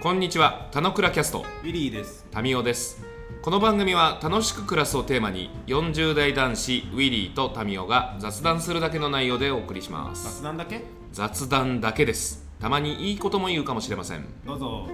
こんにちは、たのくらキャストウィリーです。 タミオです。この番組は楽しく暮らすをテーマに40代男子ウィリーとタミオが雑談するだけの内容でお送りします。 雑談だけ？ 雑談だけです。たまにいいことも言うかもしれません。 どうぞ。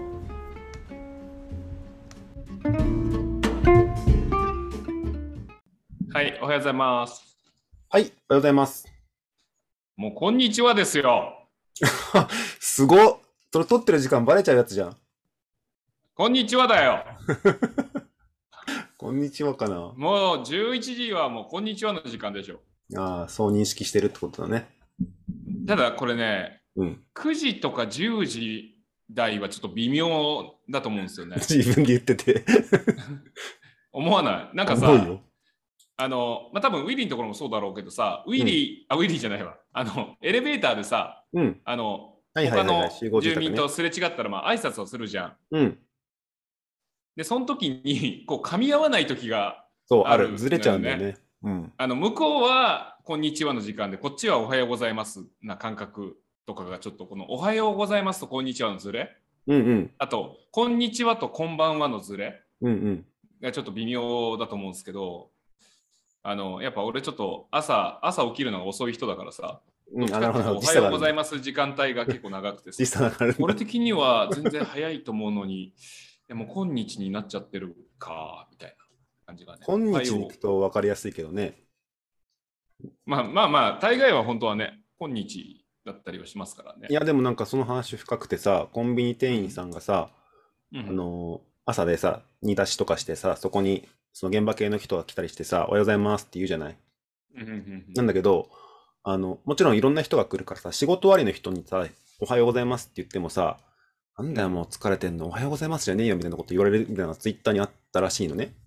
はい、おはようございます。 はい、おはようございます。 もうこんにちはですよ。 すごっ。それ撮ってる時間バレちゃうやつじゃん。 こんにちはだよ。 こんにちはかな。 もう11時はもうこんにちはの時間でしょ。 ああ、そう認識してるってことだね。 ただこれね、 うん。 9時とか10時台はちょっと微妙だと思うんですよね。 自分で言ってて。 思わない？なんかさ、 思うよ。 多分ウィリーのところもそうだろうけどさ、ウィリーじゃないわ。エレベーターでさ、 うん。 他の集合住宅ね住民とすれ違ったら、挨拶をするじゃん。 うん。 で、その時に、噛み合わない時がそう、 あるのよね。 ずれちゃうんだよね。うん。 向こうは、こんにちはの時間で、こっちはおはようございますな感覚とかがちょっと、このおはようございますとこんにちはのズレ。 うんうん。 あと、こんにちはとこんばんはのズレうんうん。 がちょっと微妙だと思うんですけど、やっぱ俺ちょっと朝起きるのが遅い人だからさ、 うん、なるほど。 おはようございます時間帯が結構長くてさ、 時差があるんだ。 俺的には全然早いと思うのに、でも今日になっちゃってるか、みたいな感じがね。 今日に行くと分かりやすいけどね。 まあ、大概は本当はね、今日だったりはしますからね。 いや、でもなんかその話深くてさ、コンビニ店員さんがさ、朝でさ、煮出しとかしてさ、そこにその現場系の人が来たりしてさ、おはようございますって言うじゃない。なんだけど、もちろんいろんな人が来るからさ、仕事終わりの人にさ、おはようございますって言ってもさ、なんだよもう疲れてんの、おはようございますじゃねえよみたいなこと言われるみたいなツイッターにあったらしいのね。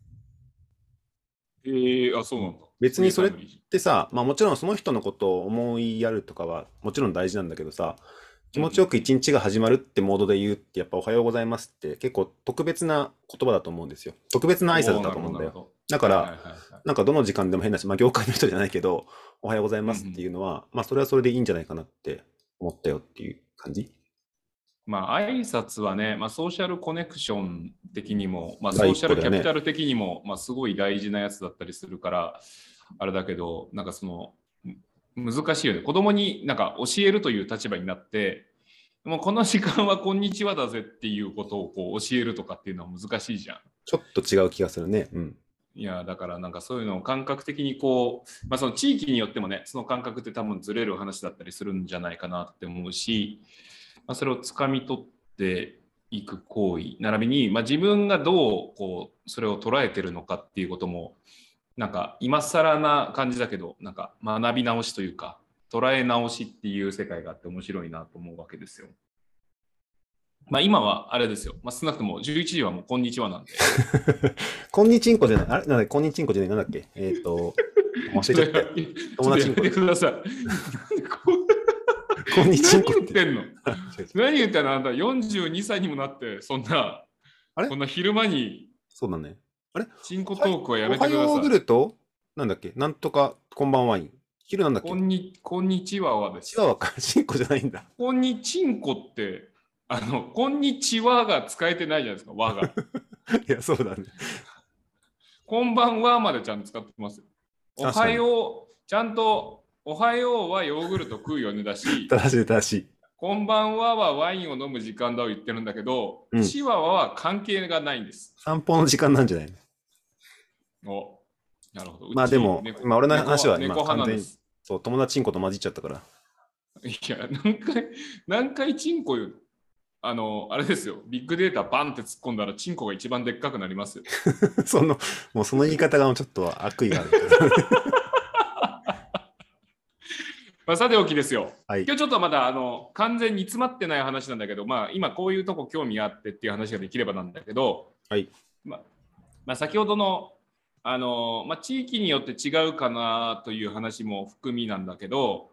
そうなんだ。 別にそれってさ、まあもちろんその人のことを思いやるとかはもちろん大事なんだけどさ、気持ちよく一日が始まるってモードで言うってやっぱおはようございますって結構特別な言葉だと思うんですよ。特別な挨拶だと思うんだよ。だから、なんかどの時間でも変なし、まあ業界の人じゃないけど、おはようございますっていうのは、まあそれはそれでいいんじゃないかなって思ったよっていう感じ。 まあ挨拶はね、ソーシャルコネクション的にも、ソーシャルキャピタル的にも、すごい大事なやつだったりするから、あれだけど、なんかその、難しいよね。子供になんか教えるという立場になって、もうこの時間はこんにちはだぜっていうことを教えるとかっていうのは難しいじゃん。 ちょっと違う気がするね。うん。 いや、だからなんかそういうのを感覚的にその地域によってもね、その感覚って多分ずれる話だったりするんじゃないかなって思うし、それをつかみ取っていく行為並びに、自分がどうそれを捉えてるのかっていうこともなんか今更な感じだけど、なんか学び直しというか捉え直しっていう世界があって面白いなと思うわけですよ。今はあれですよ、少なくとも11時はもうこんにちはなんでこんにちんこじゃない、あれなんだっけ、こんにちんこじゃない、なんだっけ、忘れちゃった。 友達んこ。やめてください。 こんにちんこ何言ってんの何言ってんのあんた42歳にもなって、そんな、こんな昼間に、 そうだね。あれチンコトークはやめてください。 おはヨーグルトなんだっけ、なんとか、こんばんワイン。昼なんだっけ、 こんにちははです。 チワワか、チンコじゃないんだ。 こんにちんこって、こんにちはが使えてないじゃないですか、和が。 いや、そうだね。 こんばんはまでちゃんと使ってますよ。おはよう、ちゃんと、おはようはヨーグルト食うよねだし、 正しい。 こんばんははワインを飲む時間だを言ってるんだけど、チワワは関係がないんです。 散歩の時間なんじゃないの？ お、なるほど。 まあでも、俺の話は今完全に、そう、友達チンコと混じっちゃったから。 いや、何回チンコ言うあれですよ、ビッグデータバンって突っ込んだらチンコが一番でっかくなりますよ。 もうその言い方がちょっと悪意がある。 さておきですよ、 はい、 今日ちょっとまだ完全に詰まってない話なんだけど、今こういうとこ興味あってっていう話ができればなんだけど、 はい、 先ほどの、地域によって違うかなという話も含みなんだけど、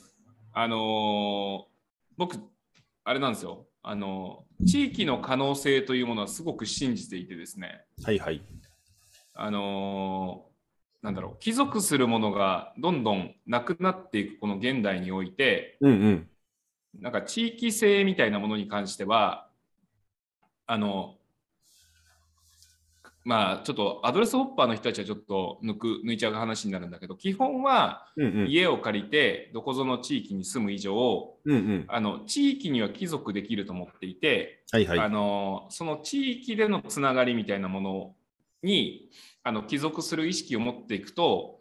僕あれなんですよ、地域の可能性というものはすごく信じていてですね、なんだろう、帰属するものがどんどんなくなっていくこの現代において、なんか地域性みたいなものに関してはあの、まあちょっとアドレスホッパーの人たちはちょっと抜いちゃう話になるんだけど、基本は家を借りてどこぞの地域に住む以上、地域には帰属できると思っていて、 はいはい。 その地域でのつながりみたいなものに帰属する意識を持っていくと、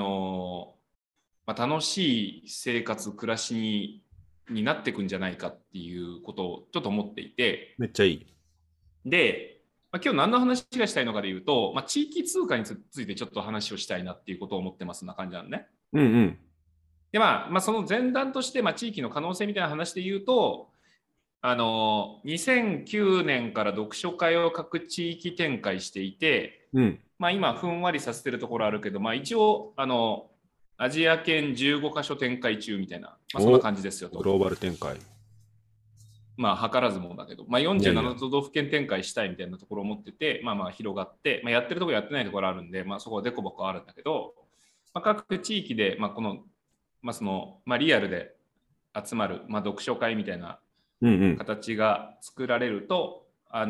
楽しい生活暮らしになっていくんじゃないかっていうことをちょっと思っていて、 めっちゃいい。 で、今日何の話がしたいのかでいうと、地域通貨についてちょっと話をしたいなっていうことを思ってますな感じなのね。でその前段として、地域の可能性みたいな話で言うと、2009年から読書会を各地域展開していて、今ふんわりさせてるところあるけど、一応アジア圏15カ所展開中みたいな、そんな感じですよと。 グローバル展開。 図らずもだけど、47都道府県展開したいみたいなところを持ってて、広がって、やってるところやってないところあるんで、そこはデコボコあるんだけど、各地域で、この、リアルで集まる、読書会みたいな形が作られると、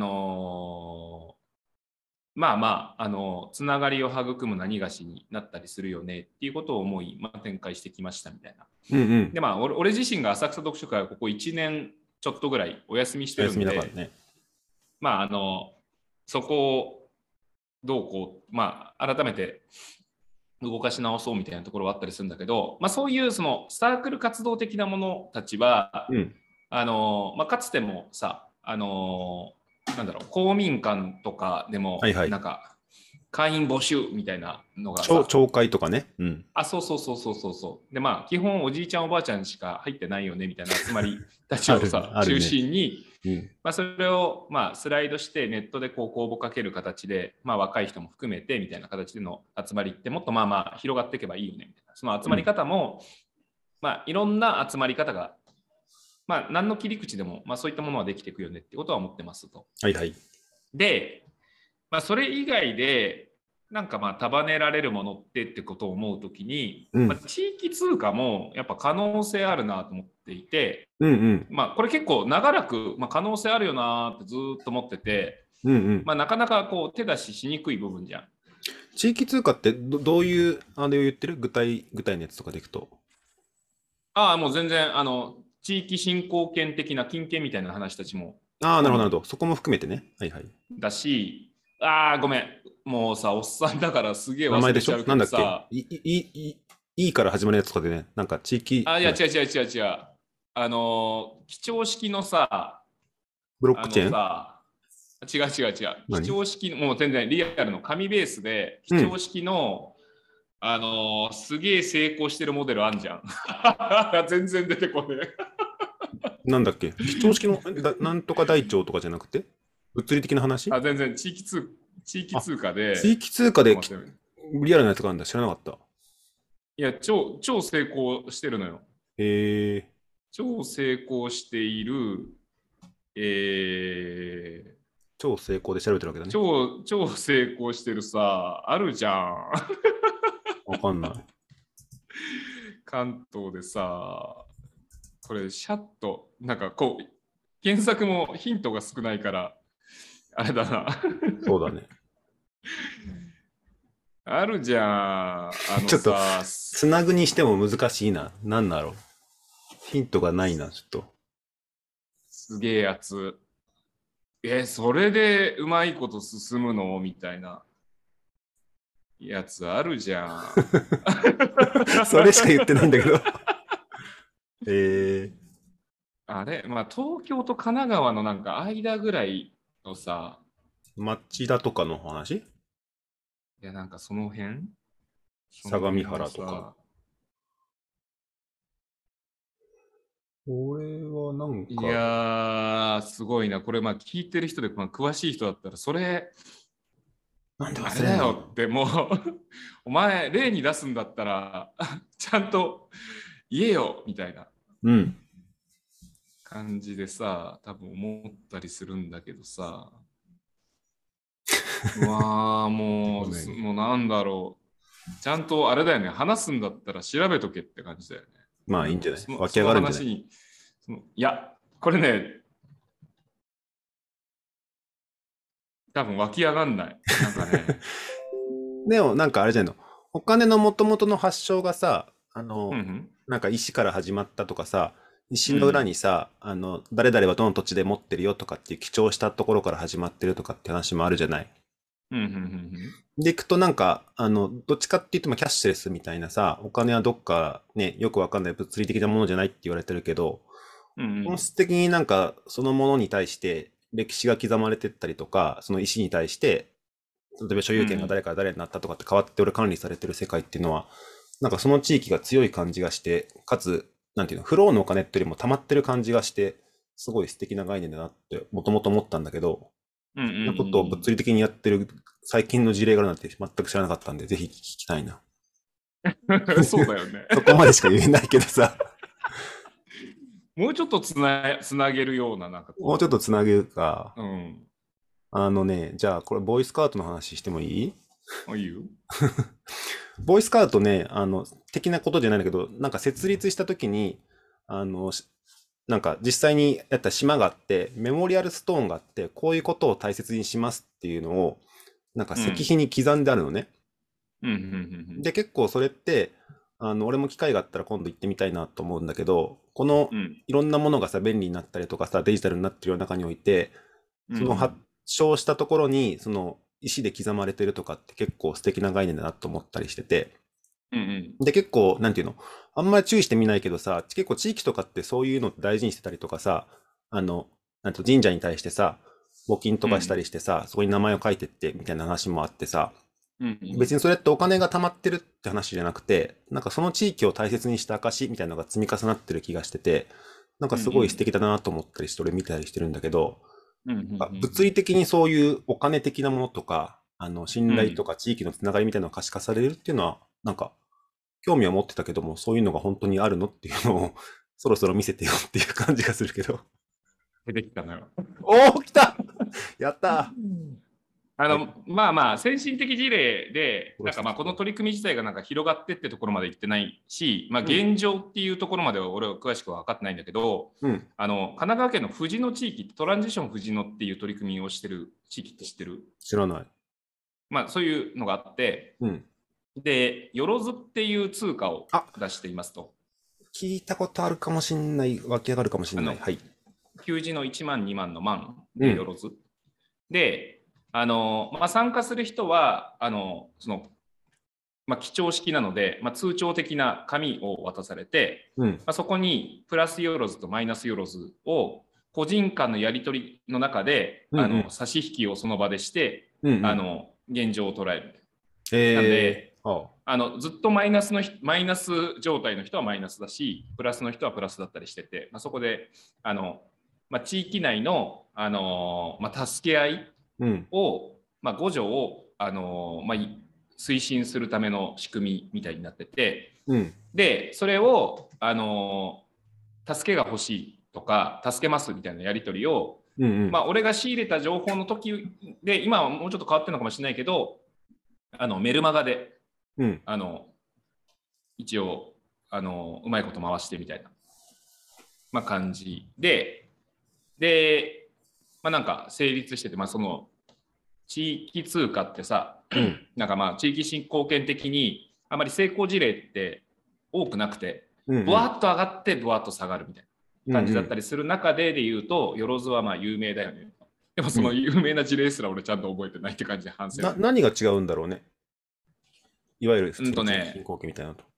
つながりを育む何がしになったりするよねっていうことを思い、展開してきましたみたいな。で、俺自身が浅草読書会はここ1年ちょっとぐらいお休みしてるんで、 ね、 そこをどうこう、改めて動かし直そうみたいなところはあったりするんだけど、そういうそのサークル活動的なものたちは、かつてもさ、公民館とかでも、なんか会員募集みたいなのがさ、 町会とかね。 そうで、基本おじいちゃんおばあちゃんしか入ってないよねみたいな集まりたちをさ中心に、それをスライドしてネットでこう公募かける形で、若い人も含めてみたいな形での集まりってもっと広がっていけばいいよねみたいな、その集まり方も、いろんな集まり方が何の切り口でも、そういったものはできていくよねってことは思ってますと。で、それ以外でなんか束ねられるものってことを思うときに、地域通貨もやっぱ可能性あるなと思っていて、これ結構長らく、可能性あるよなってずっと思ってて、なかなかこう手出しにくい部分じゃん。 地域通貨ってどういうあれを言ってる具体のやつとかでいくと、 もう全然地域振興券的な金券みたいな話たちも。 なるほど。そこも含めてね。 だし、ごめん。もうさ、おっさんだからすげえ忘れちゃうけどさ。なんだっけ、いいから始まるやつとかでね、なんか地域。 いや、違う。記帳式のさ、 ブロックチェーン違う。記帳式の、もう全然リアルの紙ベースで、記帳式の、すげえ成功してるモデルあんじゃん。全然出てこねえ。 なんだっけ、記帳式のなんとか台帳とかじゃなくて物理的な話？ 全然地域通貨で。 地域通貨でリアルなやつがあるんだ。知らなかった。 いや、超成功してるのよ。超成功している、 超成功で調べてるわけだね。 超成功してるさ、あるじゃん。 わかんない。 関東でさ、これシャッとなんかこう検索もヒントが少ないからあれだな。 そうだね。 あるじゃん。 ちょっとつなぐにしても難しいな。なんだろう。ヒントがないな、ちょっと。 すげえやつ。それでうまいこと進むのみたいなやつあるじゃん。 それしか言ってないんだけど。 あれ、東京と神奈川のなんか間ぐらいのさ。 町田とかの話？いや、なんかその辺相模原とか。これはなんか。 いやー、すごいな。これ、聞いてる人で、詳しい人だったら、それ、 なんであれだよって、もう、お前、例に出すんだったら、ちゃんと言えよ、みたいな感じでさ、多分思ったりするんだけどさ。うわー、もうなんだろう。ちゃんとあれだよね、話すんだったら調べとけって感じだよね。 いいんじゃない？湧き上がるんじゃない？ いや、これね、 多分湧き上がんない。なんかね。 でもなんかあれじゃないの。お金の元々の発祥がさ、 うんなんか石から始まったとかさ、石の裏うん。 にさ、誰々はどの土地で持ってるよとかっていう記帳したところから始まってるとかって話もあるじゃない。 うんうんうんで、いくとなんか、どっちかって言ってもキャッシュレスみたいなさ、お金はどっかね、よくわかんない物理的なものじゃないって言われてるけど、 うんうん。 本質的になんかそのものに対して歴史が刻まれてったりとか、その石に対して、例えば所有権が誰から誰になったとかって変わって俺管理されてる世界っていうのは、なんかその地域が強い感じがして、かつ、なんていうの、フローのお金ってよりも溜まってる感じがして、すごい素敵な概念だなってもともと思ったんだけど、 うんうんうそんなことを物理的にやってる最近の事例があるなんて全く知らなかったんで、ぜひ聞きたいな。 ん。そうだよね。 そこまでしか言えないけどさ、 もうちょっとつなげるような、なんかもうちょっとつなげるか。 うん。 じゃあこれボーイスカウトの話してもいい？ あ、いいよ。 ボーイスカウトね、的なことじゃないんだけど、なんか設立した時に、なんか実際にやった島があって、メモリアルストーンがあって、こういうことを大切にしますっていうのを、なんか石碑に刻んであるのね。 うんうんで、結構それって、俺も機会があったら今度行ってみたいなと思うんだけど、このうんうんいろんなものがさ、便利になったりとかさ、デジタルになってるような中において、 うんその発症したところに、その石で刻まれてるとかって結構素敵な概念だなと思ったりしてて、 うんうんで、結構、なんていうの、あんまり注意してみないけどさ、結構地域とかってそういうのって大事にしてたりとかさ、なんていうの神社に対してさ、募金とかしたりしてさ、そこに名前を書いてってみたいな話もあってさ、 うんうん別にそれってお金が貯まってるって話じゃなくて、なんかその地域を大切にした証みたいなのが積み重なってる気がしてて、なんかすごい素敵だなと思ったりして、俺見たりしてるんだけど、 うんうん物理的にそういうお金的なものとか、信頼とうんか地域のつながりみたいなのが可視化されるっていうのは、なんか興味は持ってたけども、そういうのが本当にあるのっていうのを、そろそろ見せてよっていう感じがするけど。 出てきたのよ。 おー、来たやったまあまあ、先進的事例で、なんかまあこの取り組み自体がなんか広がってってところまで行ってないし、まあ現状っていうところまでは俺は詳しくは分かってないんだけど、 うん。 神奈川県の藤野地域、トランジション藤野っていう取り組みをしてる地域って知ってる？ 知らない。 まあそういうのがあって、 うん。 で、よろずっていう通貨をあ、 出していますと。 聞いたことあるかもしんない。湧き上がるかもしんない。はい。 旧字の1万、2万の万うん。 でよろず。で、まあ、参加する人は、まあ、記帳式なので、まあ、通帳的な紙を渡されて、 うん。 まあ、そこにプラスよろずとマイナスよろずを個人間のやり取りの中で、 うんうん差し引きをその場でして、 うんうん。 現状を捉える。なんで、 あずっとマイナス状態の人はマイナスだし、プラスの人はプラスだったりしてて、まあ、そこで、まあ、地域内の、まあ、助け合いうん。 を、まあ、互助を、まあ、推進するための仕組みみたいになってて、 うん。 で、それを、助けが欲しいとか、助けますみたいなやり取りを、 うんうん。 まあ、俺が仕入れた情報の時で、今はもうちょっと変わってるのかもしれないけど、メルマガで、 うん。 一応、うまいこと回してみたいな、まあ、感じで、まあ、なんか成立してて、まあ、その地域通貨ってさ、 うん。 なんかまあ地域振興圏的にあまり成功事例って多くなくて、 うん。 ぶわっと上がってぶわっと下がるみたいな感じだったり。 りする中で言うと、よろずはまあ有名だよね。でもその有名な事例すら俺ちゃんと覚えてないって感じで反省だ。 何が違うんだろうね。いわゆる普通のね、 進行形みたいなと。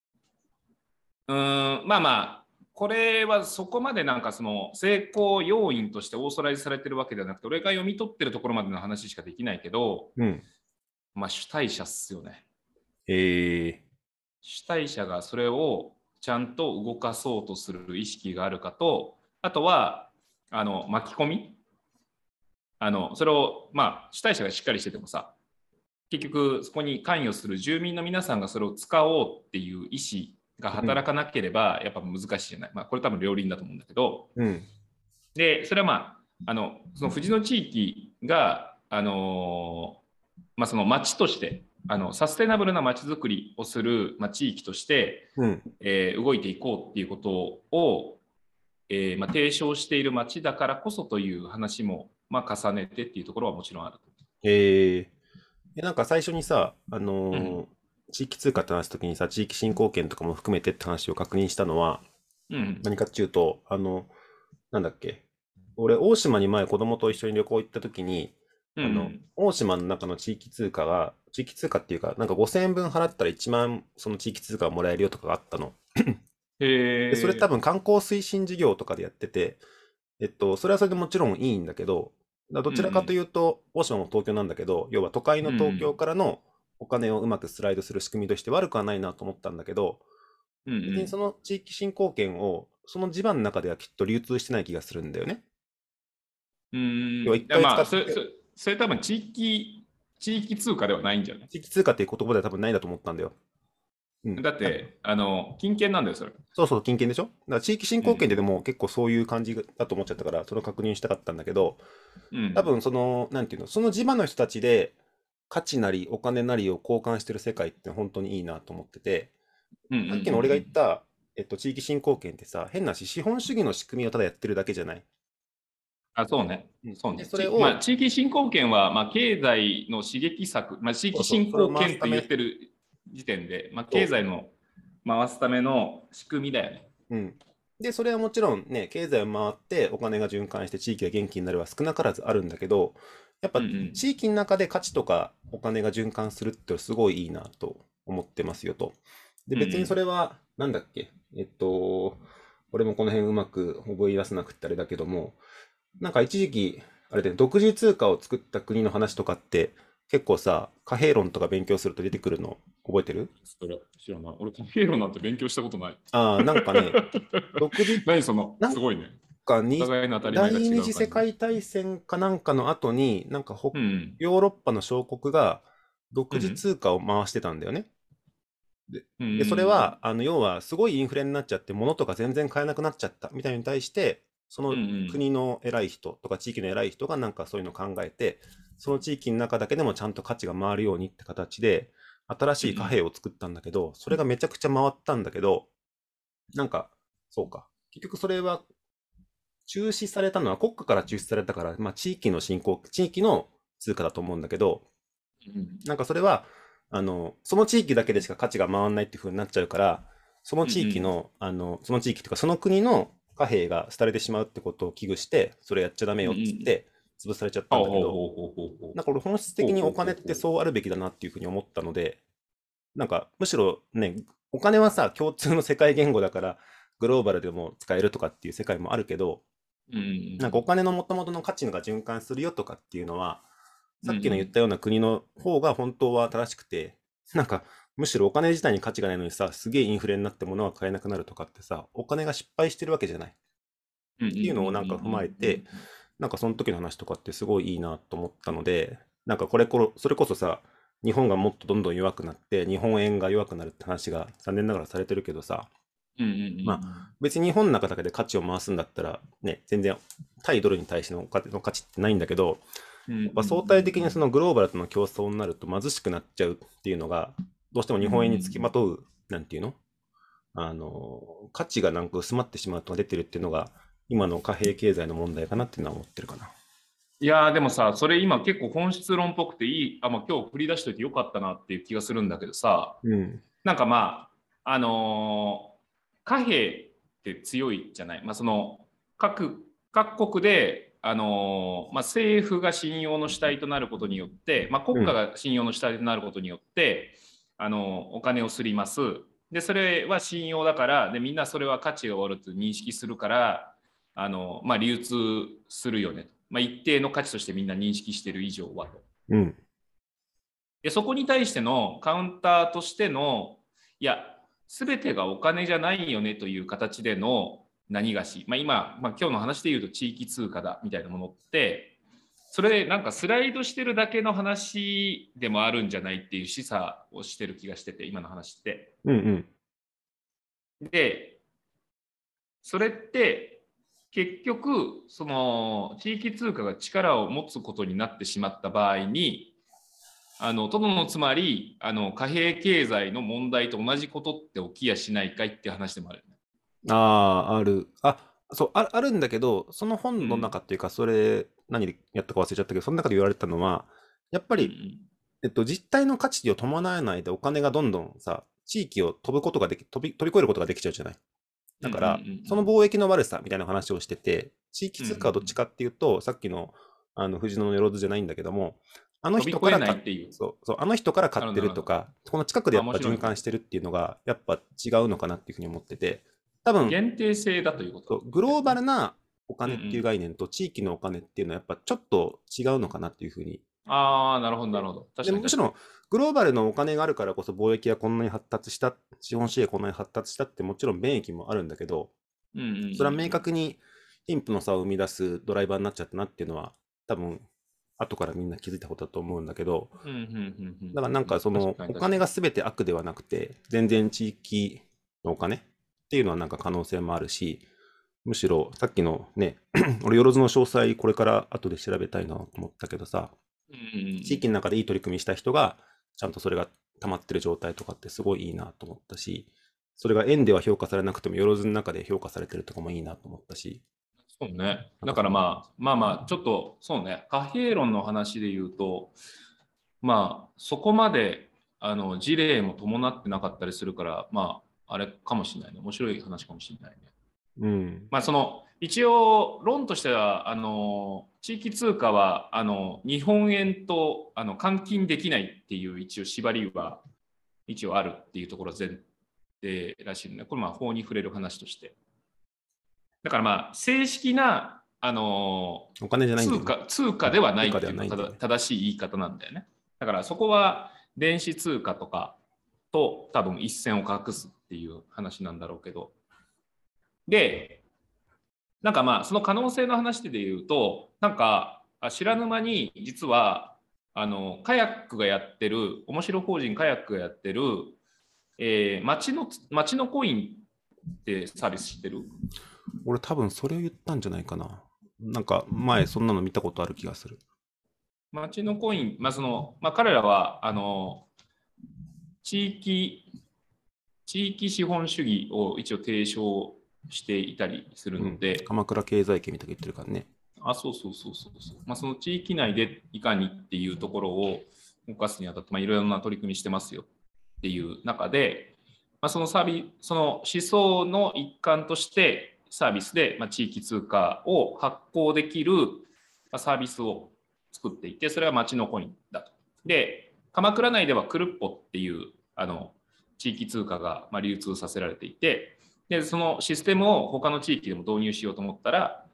まあまあ、これはそこまでなんかその成功要因としてオーソライズされてるわけではなくて、俺が読み取ってるところまでの話しかできないけど、 うん。 まあ主体者っすよね。 え主体者がそれをちゃんと動かそうとする意識があるかと、あとは巻き込み、それをまあ主体者がしっかりしててもさ、結局そこに関与する住民の皆さんがそれを使おうっていう意思が働かなければやっぱ難しいじゃない。まあこれ多分両輪だと思うんだけど、 うん。 でそれはまあその藤野地域がまあその町としてサステナブルな町づくりをする、まあ、地域として、 うん。 動いていこうっていうことを、まあ、提唱している町だからこそという話も、まあ、重ねてっていうところはもちろんある。 えなんか最初にさ、 うん。 地域通貨って話した時にさ、地域振興券とかも含めてって話を確認したのは、 うん。 何かっていうと、なんだっけ。俺、大島に前子供と一緒に旅行行った時に、 うん。 大島の中の地域通貨が、地域通貨っていうか、なんか5000円分払ったら1万その地域通貨をもらえるよとかがあったの。 へで、それ多え。 分観光推進事業とかでやってて、それはそれでもちろんいいんだけど、どちらかとうん。 いうと、大島も東京なんだけど、要は都会のうん。う東京ん。 からのお金をうまくスライドする仕組みとして悪くはないなと思ったんだけど、 うん。う別にそん。 の地域振興券を、その地盤の中ではきっと流通してない気がするんだよね。 うん。 要は一回使まあ、 って、 それ多分地域通貨ではないんじゃない？ 地域通貨っていう言葉では多分ないんだと思ったんだよ。うん。 だって、金券なんだよ、それ。 そうそう、金券でしょ。だから地域振うん。 興券でも結構そういう感じだと思っちゃったから、その確認したかったんだけど、多うん。 分その、なんていうの、その地場の人たちで価値なりお金なりを交換してる世界って本当にいいなと思ってて、 うん。うん。うん。うさっきの俺が言っん。 た、地域振興券ってさ、変なし、資本主義の仕組みをただやってるだけじゃない。 あ、そうね。 うん。で、 そうね。まあ、 それを、 地域振興券は、まあ、経済の刺激策、まあ、地域そうそう、 振それを興券って言っ回すため、 てる時点で、まあ、 そう、 経済の回すための仕組みだよね。 うん。で、それはもちろんね、経済を回ってお金が循環して地域が元気になるは少なからずあるんだけど、やっぱうんうん。 地域の中で価値とかお金が循環するってすごいいいなと思ってますよと。で、別にそうんうん。 れは、なんだっけ、俺もこの辺うまく覚え出せなくってあれだけども、なんか一時期、あれで独自通貨を作った国の話とかって結構さ、貨幣論とか勉強すると出てくるの覚えてる？ それ、知らない。俺、貨幣論なんて勉強したことない。 ああー、なんかね、独自、 何その、 なんすごいね。おかに、 互いの当たり前が第二次世違う感じ。 界大戦かなんかの後に、なんかうんヨーロッパの小国が独うん。うん自通貨を回してたんだよね。で、 うそれは、 ん。 要は、すごいインフレになっちゃって、物とか全然買えなくなっちゃったみたいに対して、そうんのうん。 国の偉い人とか地域の偉い人がなんかそういうのを考えて、その地域の中だけでもちゃんと価値が回るようにって形で、新しい貨幣うんうん。 を作ったんだけど、それがめちゃくちゃ回ったんだけど、なんか、そうか。結局それは中止されたのは国家から中止されたから、まあ地域の振興、地域の通貨だと思うんだけど、 うんなんかそれは、その地域だけでしか価値が回らないっていう風になっちゃうから、そのうんうん。 地域の、その地域っていうか、その国の貨幣が廃れてしまうってことを危惧して、それやっちゃダメうんうよっつっん。 て、潰されちゃったんほうだけど、 ほうほうほうほうほう。 なんか俺本質的ほうにおほうほうほう。 金ってそうあるべきだなっていうふうに思ったので、なんかむしろね、お金はさ、共通の世界言語だから、グローバルでも使えるとかっていう世界もあるけど、 うんうなんかおん金の元々の価値が循環するよとかっていうのは、 うん。うんさっきの言っうん。 たような国の方が本当は正しくて、なんか、むしろお金自体に価値がないのにさ、すげえインフレになって物が買えなくなるとかってさ、お金が失敗してるわけじゃない。っうんうんうんていうのをなんか踏まえて、 うんなんかその時の話とかってすごいいいなと思ったので、なんかそれこそさ、日本がもっとどんどん弱くなって、日本円が弱くなるって話が残念ながらされてるけどさ、 うんうんうん。 まあ、別に日本の中だけで価値を回すんだったら、ね、全然対ドルに対しての価値ってないんだけど、 うんうんうんやっぱ相対的にそのグローバルとの競争になると貧しくなっちゃうっていうのが、どうしてもうんうん。 日本円につきまとう、なんていうの価値がなんか薄まってしまうとが出てるっていうのが、今の貨幣経済の問題かなっていうのは思ってるかな。 いやーでもさ、それ今結構本質論っぽくていい、まあ、今日振り出しといてよかったなっていう気がするんだけどさ、 うん。 なんかまあ、貨幣って強いじゃない。まあ、その各国で、まあ、政府が信用の主体となることによって、まあ、国家うん。 が信用の主体となることによって、お金をすります。で、それは信用だから、で、みんなそれは価値があると認識するから、まあ、流通するよね。まあ、一定の価値としてみんな認識している以上はと。 うん。 で、そこに対してのカウンターとしての、いや、すべてがお金じゃないよねという形での何がし、まあ、今、まあ、今日の話で言うと地域通貨だみたいなものって、それなんかスライドしてるだけの話でもあるんじゃないっていう示唆をしてる気がしてて、今の話って。 うん。うん。 で、それって結局、その地域通貨が力を持つことになってしまった場合に、とどのつまり貨幣経済の問題と同じことって起きやしないかいっていう話でもあるよね。 ああ、ある。そう、あるんだけど、その本のうん中っていうか、それ、何でやったか忘れちゃったけど、その中で言われたのは、 やっぱり、実態の価値を伴わないでお金がどんどんさ、地域を飛び越えることができちゃうじゃない。だから、その貿易の悪さみたいな話をしてて、地域通貨はどっちかっていうと、さっきの藤野のよろずじゃないんだけども、あの人から買ってるとか、この近くでやっぱ循環してるっていうのが、やっぱ違うのかなっていうふうに思ってて、多分、 限定性だということ。 グローバルなお金っていう概念と地域のお金っていうのはやっぱちょっと違うのかなっていうふうに。 ああ、なるほど、なるほど。 確かに。もちろん、グローバルのお金があるからこそ貿易がこんなに発達した、資本主義がこんなに発達したってもちろん便益もあるんだけど、それは明確に貧富の差を生み出すドライバーになっちゃったなっていうのは、多分、後からみんな気づいたことだと思うんだけど、だからなんかそのお金が全て悪ではなくて、全然地域のお金っていうのはなんか可能性もあるし、むしろさっきのね、俺、よろずの詳細これから後で調べたいなと思ったけどさ、地域の中でいい取り組みした人が、ちゃんとそれが溜まってる状態とかってすごいいいなと思ったし、それが円では評価されなくても、よろずの中で評価されてるとかもいいなと思ったし。 そうね。だからまあ、ちょっと、そうね、貨幣論の話で言うと、まあ、そこまで事例も伴ってなかったりするから、まあ、あれかもしれないね。面白い話かもしれないね。まあ、一応、論としては、地域通貨は、日本円と換金できないっていう一応縛りは、一応あるっていうところ前提らしいので、これまあ法に触れる話として。だからまあ正式なお金じゃない通貨ではないっていうのが正しい言い方なんだよね。だからそこは電子通貨とかと多分一線を画すっていう話なんだろうけど。で、なんかまあその可能性の話で言うと、なんか知らぬ間に実はカヤックがやってる、面白法人カヤックがやってる、町のコインってサービス知ってる？ 俺多分それを言ったんじゃないかな。なんか前そんなの見たことある気がする。 町のコイン、彼らは地域資本主義を一応提唱していたりするので、 鎌倉経済圏みたいな言ってるからね。 そう。その地域内でいかにっていうところを動かすにあたって、いろいろな取り組みしてますよっていう中で、その思想の一環としてサービスで地域通貨を発行できるサービスを作っていて、それは町のコインだと。で、鎌倉内ではクルッポっていう地域通貨が流通させられていて、でそのシステムを他の地域でも導入しようと思ったら、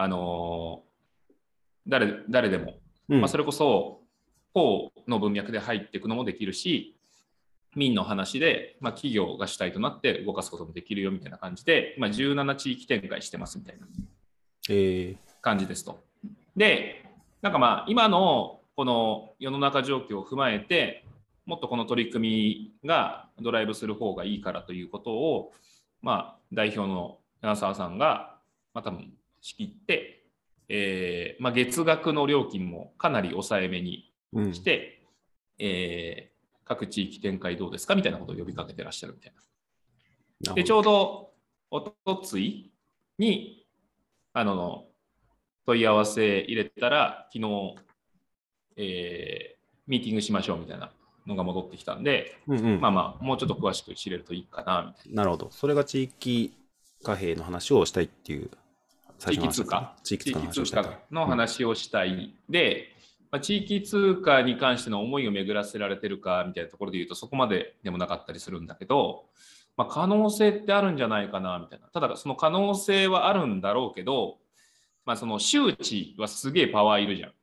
誰でも、それこそ法の文脈で入っていくのもできるし、民の話で、企業が主体となって動かすこともできるよみたいな感じで、17地域展開してますみたいな感じですと。で、なんか今のこの世の中状況を踏まえて、もっとこの取り組みがドライブする方がいいからということを、代表の柳沢さんが、多分仕切って、月額の料金もかなり抑えめにして、各地域展開どうですかみたいなことを呼びかけてらっしゃるみたいな。で、ちょうどおとついに問い合わせ入れたら、昨日、ミーティングしましょうみたいなのが戻ってきたんで、もうちょっと詳しく知れるといいかなみたいな。 なるほど。それが地域貨幣の話をしたいっていう地域通貨の話をしたい。で、地域通貨に関しての思いを巡らせられてるかみたいなところで言うとそこまででもなかったりするんだけど、可能性ってあるんじゃないかなみたいな。ただその可能性はあるんだろうけど、その周知はすげえパワーいるじゃん。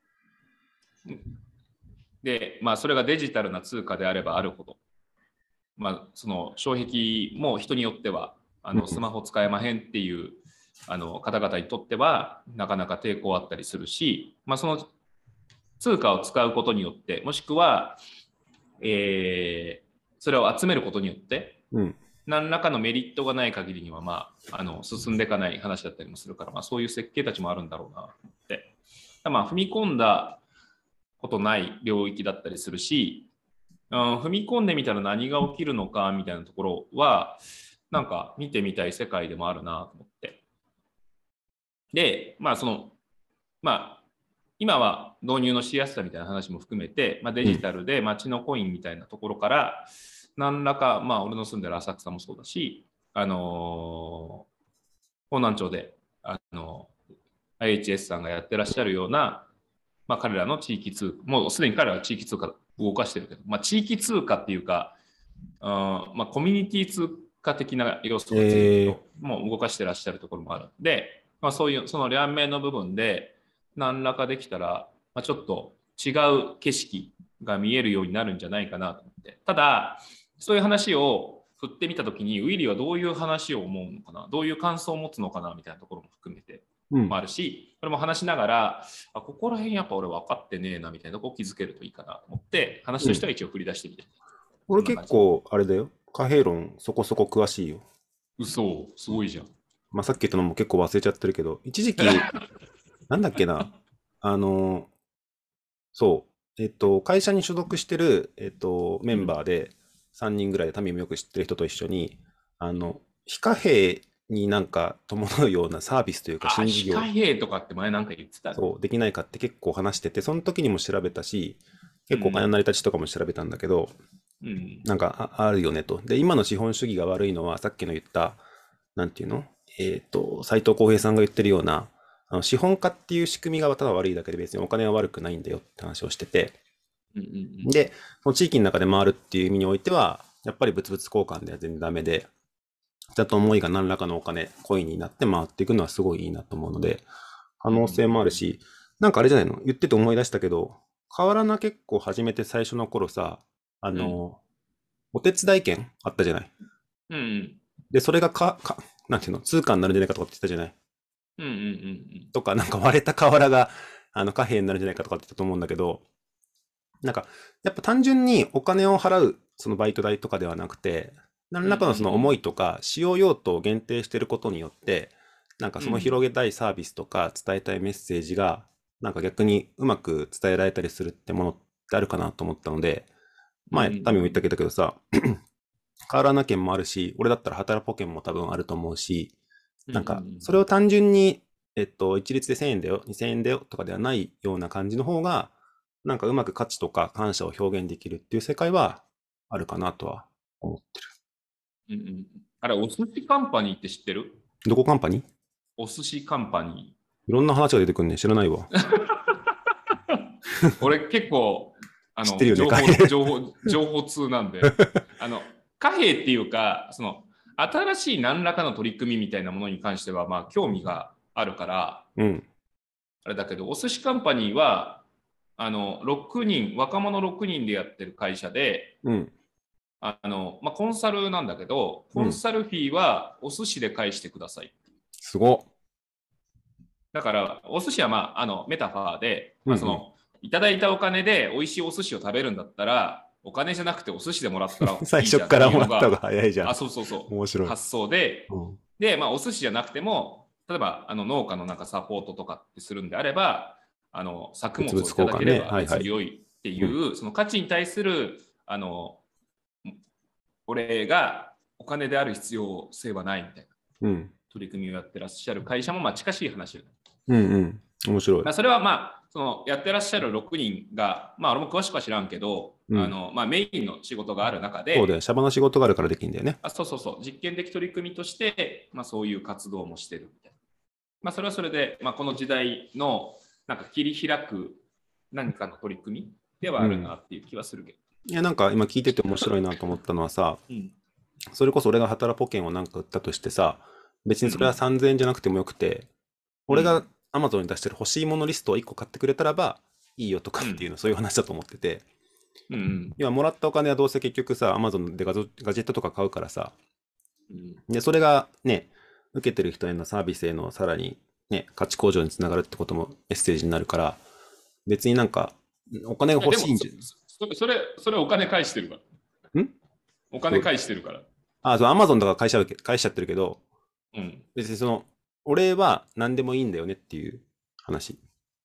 で、それがデジタルな通貨であればあるほど、その障壁も人によってはスマホ使えまへんっていう方々にとってはなかなか抵抗あったりするし、その通貨を使うことによって、もしくは、それを集めることによって、何らかのメリットがない限りには、進んでいかない話だったりもするから、そういう設計たちもあるんだろうなと思って、踏み込んだことない領域だったりするし、踏み込んでみたら何が起きるのかみたいなところは、なんか見てみたい世界でもあるなと思って。で、 今は導入のしやすさみたいな話も含めて、デジタルで街のコインみたいなところから、何らか、俺の住んでる浅草もそうだし、方南町で、IHS さんがやってらっしゃるような、彼らの地域通貨、もうすでに彼らは地域通貨動かしてるけど、地域通貨っていうか、コミュニティ通貨的な要素がついてもう動かしてらっしゃるところもあるので、そういうその両面の部分で何らかできたら、ちょっと違う景色が見えるようになるんじゃないかなと思って。ただそういう話を振ってみたときにウィリーはどういう話を思うのかな、どういう感想を持つのかなみたいなところも含めてもあるし、これも話しながらここら辺やっぱ俺分かってねえなみたいなとこを気づけるといいかなと思って話としては一応振り出してみて、 俺結構あれだよ、貨幣論そこそこ詳しいよ。 嘘、すごいじゃん。 さっき言ったのも結構忘れちゃってるけど、一時期なんだっけな、そう、会社に所属してる、メンバーで3人ぐらいでタミもよく知ってる人と一緒に、非貨幣になんか伴うようなサービスというか新事業。 非貨幣とかって前なんか言ってた、ね、 そう、できないかって結構話してて、その時にも調べたし、結構お金の成り立ちとかも調べたんだけど、なんか あるよねと。で、今の資本主義が悪いのは、さっきの言った、なんていうの斉藤浩平さんが言ってるような、資本家っていう仕組みがただ悪いだけで別にお金は悪くないんだよって話をしてて、で、その地域の中で回るっていう意味においては、やっぱり物々交換では全然ダメで、ちゃんと思いが何らかのお金、コインになって回っていくのはすごいいいなと思うので、可能性もあるし、なんかあれじゃないの、言ってて思い出したけど、河原菜結構始めて最初の頃さ、お手伝い券あったじゃない。で、それがなんていうの、通貨になるんじゃないかとかって言ったじゃない。とか、なんか割れた瓦が貨幣になるんじゃないかとかって言ったと思うんだけど、なんか、やっぱ単純にお金を払う、そのバイト代とかではなくて、何らかのその思いとか、使用用途を限定していることによって、なんかその広げたいサービスとか伝えたいメッセージが、なんか逆にうまく伝えられたりするってものってあるかなと思ったので、前、タミも言ったけどさ、河原県もあるし、俺だったら働ポケンも多分あると思うし、なんか、それを単純に、一律で1000円だよ、2000円だよとかではないような感じの方が、なんかうまく価値とか感謝を表現できるっていう世界はあるかなとは思ってる。 あれ、お寿司カンパニーって知ってる？ どこカンパニー？ お寿司カンパニー。いろんな話が出てくるね。知らないわ。 俺結構、 知ってるよね、 情報通なんで。貨幣っていうか、その、新しい何らかの取り組みみたいなものに関しては、興味があるから、あれだけど、お寿司カンパニーは、6人、若者6人でやってる会社で、コンサルなんだけど、コンサルフィーはお寿司で返してください。 すごっ。 だから、お寿司は、メタファーで、その、いただいたお金で美味しいお寿司を食べるんだったら、お金じゃなくてお寿司でもらったらいいじゃん最初からもらった方が早いじゃん。 そう。 面白い。 発想で、で、お寿司じゃなくても、例えば農家のなんかサポートとかってするんであれば、作物をいただければ別に良いっていう、その価値に対する、俺がお金である必要性はないみたいな取り組みをやってらっしゃる会社も近しい話だ。 面白い。 それはそのやってらっしゃる6人が、俺も詳しくは知らんけど、メインの仕事がある中で、 そうだよ、シャバの仕事があるからできるんだよね。 そう、実験的取り組みとして、そういう活動もしてるみたいな。それはそれで、この時代のなんか切り開く何かの取り組みではあるなっていう気はするけど。 いや、なんか今聞いてて面白いなと思ったのはさ、それこそ俺が働ポケンをなんか売ったとしてさ、別にそれは3000円じゃなくてもよくて、俺が Amazon に出してる欲しいものリストを1個買ってくれたらばいいよとかっていうの、そういう話だと思ってて、今もらったお金はどうせ結局さ、Amazon でガジェットとか買うからさ、で、それがね、受けてる人へのサービスへのさらにね、価値向上につながるってこともメッセージになるから、別になんか、お金が欲しいんじゃそれお金返してるから。お金返してるから。 そう、Amazon とか返しちゃってるけど、別にその、俺は何でもいいんだよねっていう話。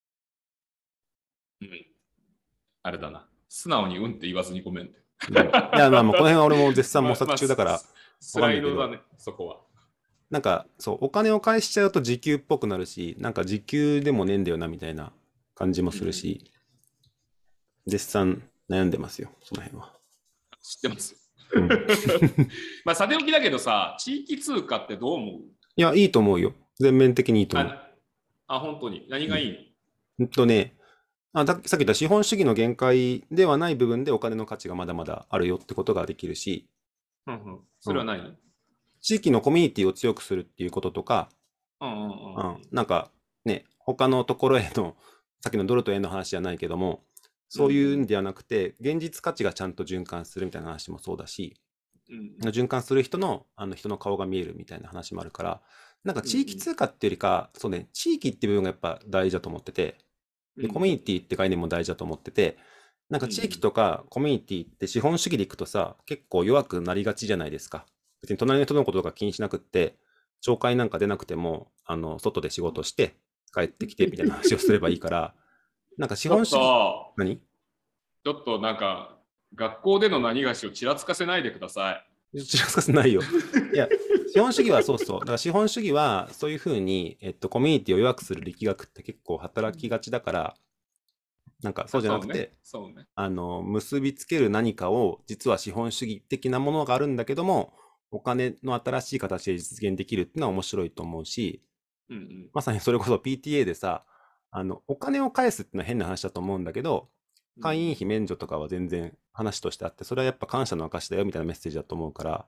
あれだな。素直にって言わずにごめんって。 いや、この辺は俺も絶賛模索中だから。 スライドだね、そこは。 なんか、そう、お金を返しちゃうと時給っぽくなるし、なんか時給でもねえんだよなみたいな感じもするし、絶賛悩んでますよ、その辺は。 知ってます。まあ、さておきだけどさ、地域通貨ってどう思う？ いや、いいと思うよ。全面的にいいと思う。 本当に。何がいいの？ ね、さっき言った資本主義の限界ではない部分でお金の価値がまだまだあるよってことができるし、 それはないの？ 地域のコミュニティを強くするっていうこととか、なんかね、他のところへの、さっきのドルと円の話じゃないけども、そういうんではなくて、現実価値がちゃんと循環するみたいな話もそうだし、循環する人の顔が見えるみたいな話もあるから、なんか地域通貨っていうよりか、そうね、地域っていう部分がやっぱ大事だと思ってて、でコミュニティって概念も大事だと思ってて、なんか地域とかコミュニティって資本主義でいくとさ、結構弱くなりがちじゃないですか。別に隣の人のこととか気にしなくって、紹介なんか出なくても、外で仕事して帰ってきてみたいな話をすればいいから、なんか資本主義、何？ ちょっとなんか、学校での何がしをちらつかせないでください。 ちらつかせないよ。いや、資本主義はそうそう。だから資本主義はそういうふうに、コミュニティを弱くする力学って結構働きがちだから、なんかそうじゃなくて、結びつける何かを、実は資本主義的なものがあるんだけども、お金の新しい形で実現できるっていうのは面白いと思うし、まさにそれこそ PTA でさ、お金を返すっていうのは変な話だと思うんだけど、会員費免除とかは全然話としてあって、それはやっぱ感謝の証だよみたいなメッセージだと思うから、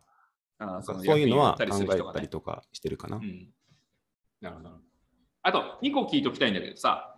そういうのは考えたりとかしてるかな。 なるほど。あと、2個聞いときたいんだけどさ、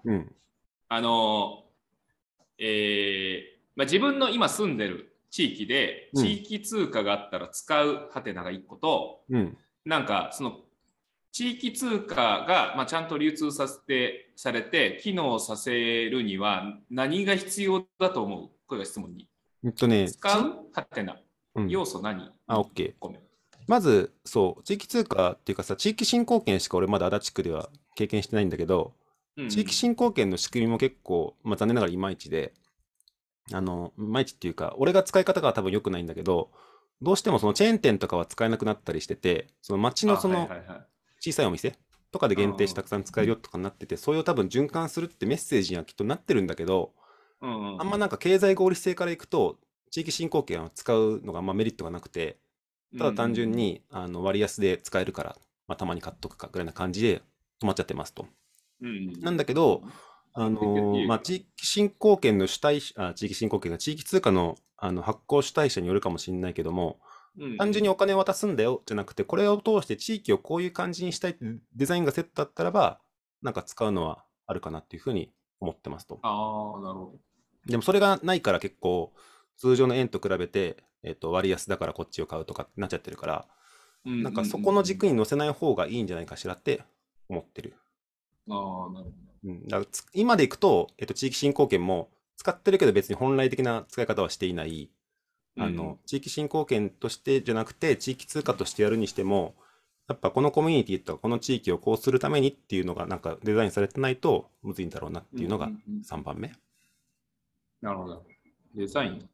自分の今住んでる地域で地域通貨があったら使うハテナが1個と、なんかその地域通貨がちゃんと流通されて機能させるには何が必要だと思う？これが質問に。使うハテナ、要素何 ？OK。まず、そう、地域通貨っていうかさ、地域振興券しか俺まだ足立区では経験してないんだけど、地域振興券の仕組みも結構、残念ながらいまいちで、いまいちっていうか、俺が使い方が多分良くないんだけど、どうしてもそのチェーン店とかは使えなくなったりしてて、その街のその小さいお店とかで限定してたくさん使えるよとかになってて、それを多分循環するってメッセージにはきっとなってるんだけど、あんまなんか経済合理性からいくと、地域振興券を使うのがメリットがなくて、ただ単純に割安で使えるから、たまに買っとくかぐらいな感じで止まっちゃってますと。なんだけど、地域振興券の地域振興券が地域通貨の発行主体者によるかもしれないけども、単純にお金を渡すんだよじゃなくて、これを通して地域をこういう感じにしたいってデザインがセットだったらば、なんか使うのはあるかなっていうふうに思ってますと。 なるほど。 でもそれがないから結構、通常の円と比べて、割安だからこっちを買うとかってなっちゃってるから、なんかそこの軸に乗せない方がいいんじゃないかしらって思ってる。 なるほど。 だから今でいくと、地域振興券も使ってるけど別に本来的な使い方はしていない。地域振興券としてじゃなくて、地域通貨としてやるにしても、やっぱこのコミュニティとかこの地域をこうするためにっていうのがなんかデザインされてないとむずいんだろうなっていうのが3番目。 なるほど。デザイン。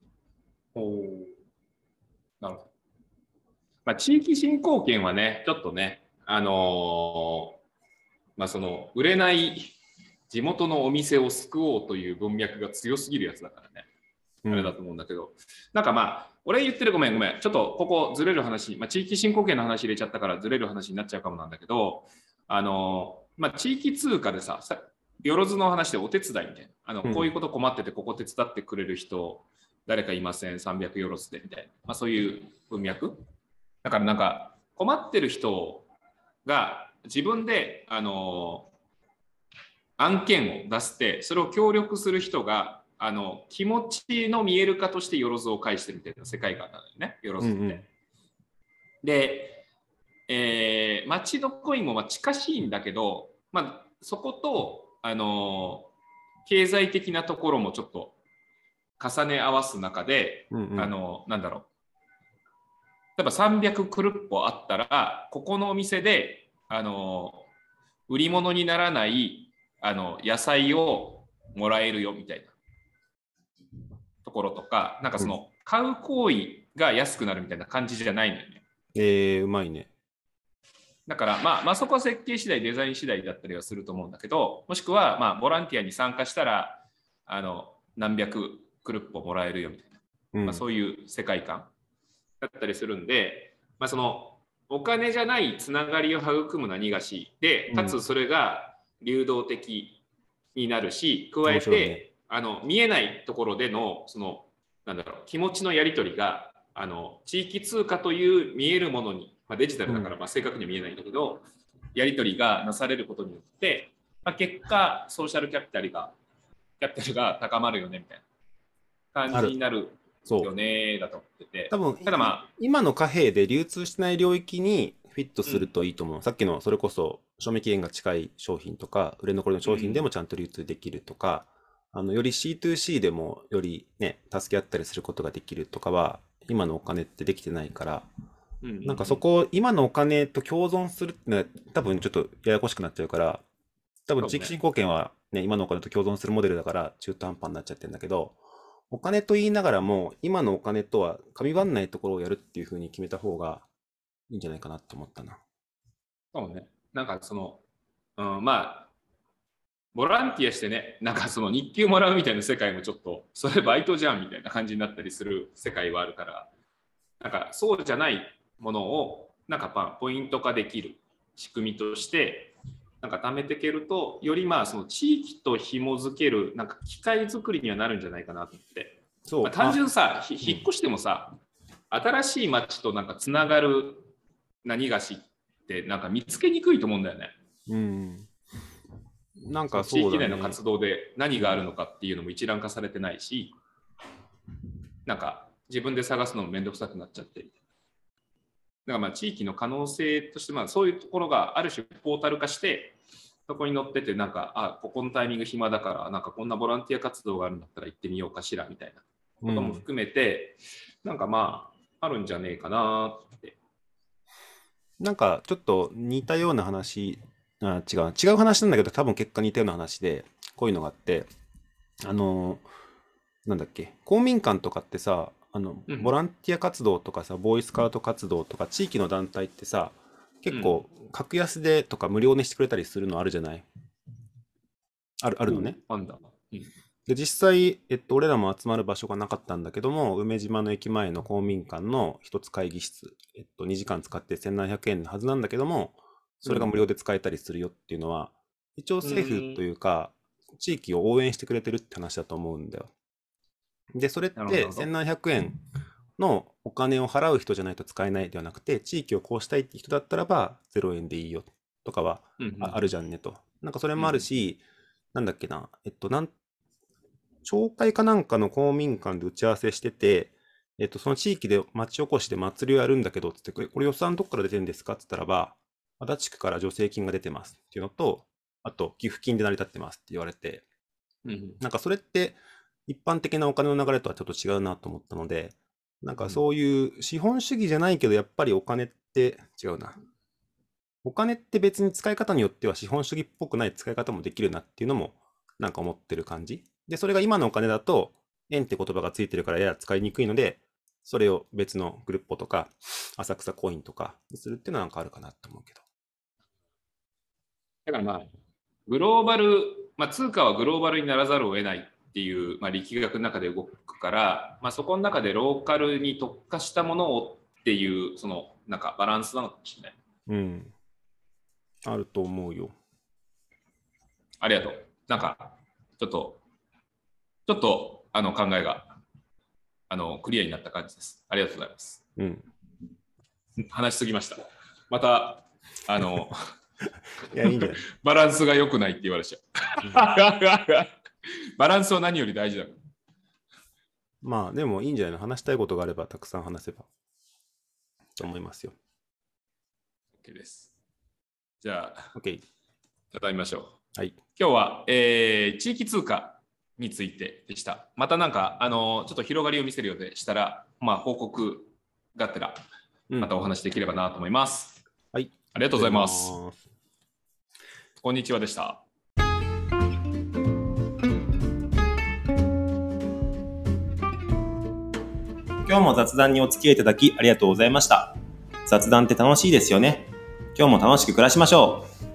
なるほど。地域振興券はね、ちょっとね、その売れない地元のお店を救おうという文脈が強すぎるやつだからね、あれだと思うんだけど、なんか俺言ってるごめん、ちょっとここずれる話、地域振興券の話入れちゃったからずれる話になっちゃうかもなんだけど、地域通貨でさ、よろずの話でお手伝いみたいな、こういうこと困っててここ手伝ってくれる人誰かいません300よろずでみたいな、そういう文脈だから、なんか困ってる人が自分で案件を出してそれを協力する人が気持ちの見える化としてよろずを返してるみたいな世界観なのよね、よろずって。で、町のコインも近しいんだけど、そこと経済的なところもちょっと重ね合わす中で、なんだろう、例えば300クルッポあったらここのお店で売り物にならない野菜をもらえるよみたいなところとか、なんかその買う行為が安くなるみたいな感じじゃないのよね。 うまいね。 だからまあそこは設計次第デザイン次第だったりはすると思うんだけど、もしくはまあボランティアに参加したら何百クルッポもらえるよみたいな、まあ、そういう世界観だったりするんで、まあ、そのお金じゃないつながりを育む何がしで、かつそれが流動的になるし、加えて、見えないところでのそのなんだろう、気持ちのやり取りが地域通貨という見えるものに、まあ、デジタルだからまあ正確には見えないんだけど、やり取りがなされることによって、まあ、結果ソーシャルキャピタルが高まるよねみたいな感じになるよねだと思ってて、 多分ただまあ今の貨幣で流通してない領域にフィットするといいと思う。さっきのそれこそ賞味期限が近い商品とか売れ残りの商品でもちゃんと流通できるとか、より C2C でもよりね助け合ったりすることができるとかは今のお金ってできてないから、なんかそこを今のお金と共存するってのは多分ちょっとややこしくなっちゃうから、多分地域振興券はね今のお金と共存するモデルだから中途半端になっちゃってるんだけど、お金と言いながらも今のお金とは噛み割んないところをやるっていう風に決めた方がいいんじゃないかなって思ったな。 そうね。なんかその、まあボランティアしてね、なんかその日給もらうみたいな世界もちょっとそれバイトじゃんみたいな感じになったりする世界はあるから、なんかそうじゃないものをなんかポイント化できる仕組みとしてなんか貯めていけると、よりまあその地域と紐づけるなんか機械作りにはなるんじゃないかなと思って。そう、まあ、単純さ引っ越してもさ、新しい町となんかつながる何がしってなんか見つけにくいと思うんだよね。なんかそうだね、地域内の活動で何があるのかっていうのも一覧化されてないし、なんか自分で探すのもめんどくさくなっちゃって、だからまあ地域の可能性としてまあそういうところがある種ポータル化してそこに載ってて、なんかここのタイミング暇だからなんかこんなボランティア活動があるんだったら行ってみようかしらみたいなことも含めて、なんかまああるんじゃねえかなって。 なんかちょっと似たような話、違う話なんだけど多分結果似たような話でこういうのがあって、なんだっけ、公民館とかってさ、ボランティア活動とかさ、ボーイスカウト活動とか地域の団体ってさ、結構格安でとか無料にしてくれたりするのあるじゃない？あるのね。で実際、俺らも集まる場所がなかったんだけども、梅島の駅前の公民館の一つ会議室、2時間使って1700円のはずなんだけども、それが無料で使えたりするよっていうのは、一応政府というか、地域を応援してくれてるって話だと思うんだよ。で、それって1700円のお金を払う人じゃないと使えないではなくて、地域をこうしたいって人だったらば0円でいいよとかはあるじゃんねと。なんかそれもあるし、なんだっけな、町会かなんかの公民館で打ち合わせしてて、その地域で町おこしで祭りをやるんだけど、つって、これ予算どこから出てるんですかって言ったらば、足立区から助成金が出てますっていうのと、あと寄付金で成り立ってますって言われて、なんかそれって一般的なお金の流れとはちょっと違うなと思ったので、なんかそういう資本主義じゃないけど、やっぱりお金って違うな。お金って別に使い方によっては資本主義っぽくない使い方もできるなっていうのもなんか思ってる感じ。で、それが今のお金だと、円って言葉がついてるからやや使いにくいので、それを別のグルッポとか、浅草コインとかにするっていうのはなんかあるかなと思うけど。 だからまあ、グローバル、通貨はグローバルにならざるを得ないっていう、力学の中で動くから、そこの中でローカルに特化したものをっていう、そのなんかバランスなのかもしれない。 あると思うよ。 ありがとう。なんか、ちょっと考えがクリアになった感じです。ありがとうございます。話しすぎました。またいや、いいんじゃない？ バランスが良くないって言われちゃう。バランスは何より大事だから。 まあでもいいんじゃないの？話したいことがあればたくさん話せばと思いますよ。 OK です。じゃあ、 OK。 畳みましょう。 はい。 今日は、地域通貨についてでした。またなんかちょっと広がりを見せるようでしたら、報告がてらまたお話できればなと思います。 はい。 ありがとうございます。こんにちはでした。 今日も雑談にお付き合いいただきありがとうございました。雑談って楽しいですよね。 今日も楽しく暮らしましょう。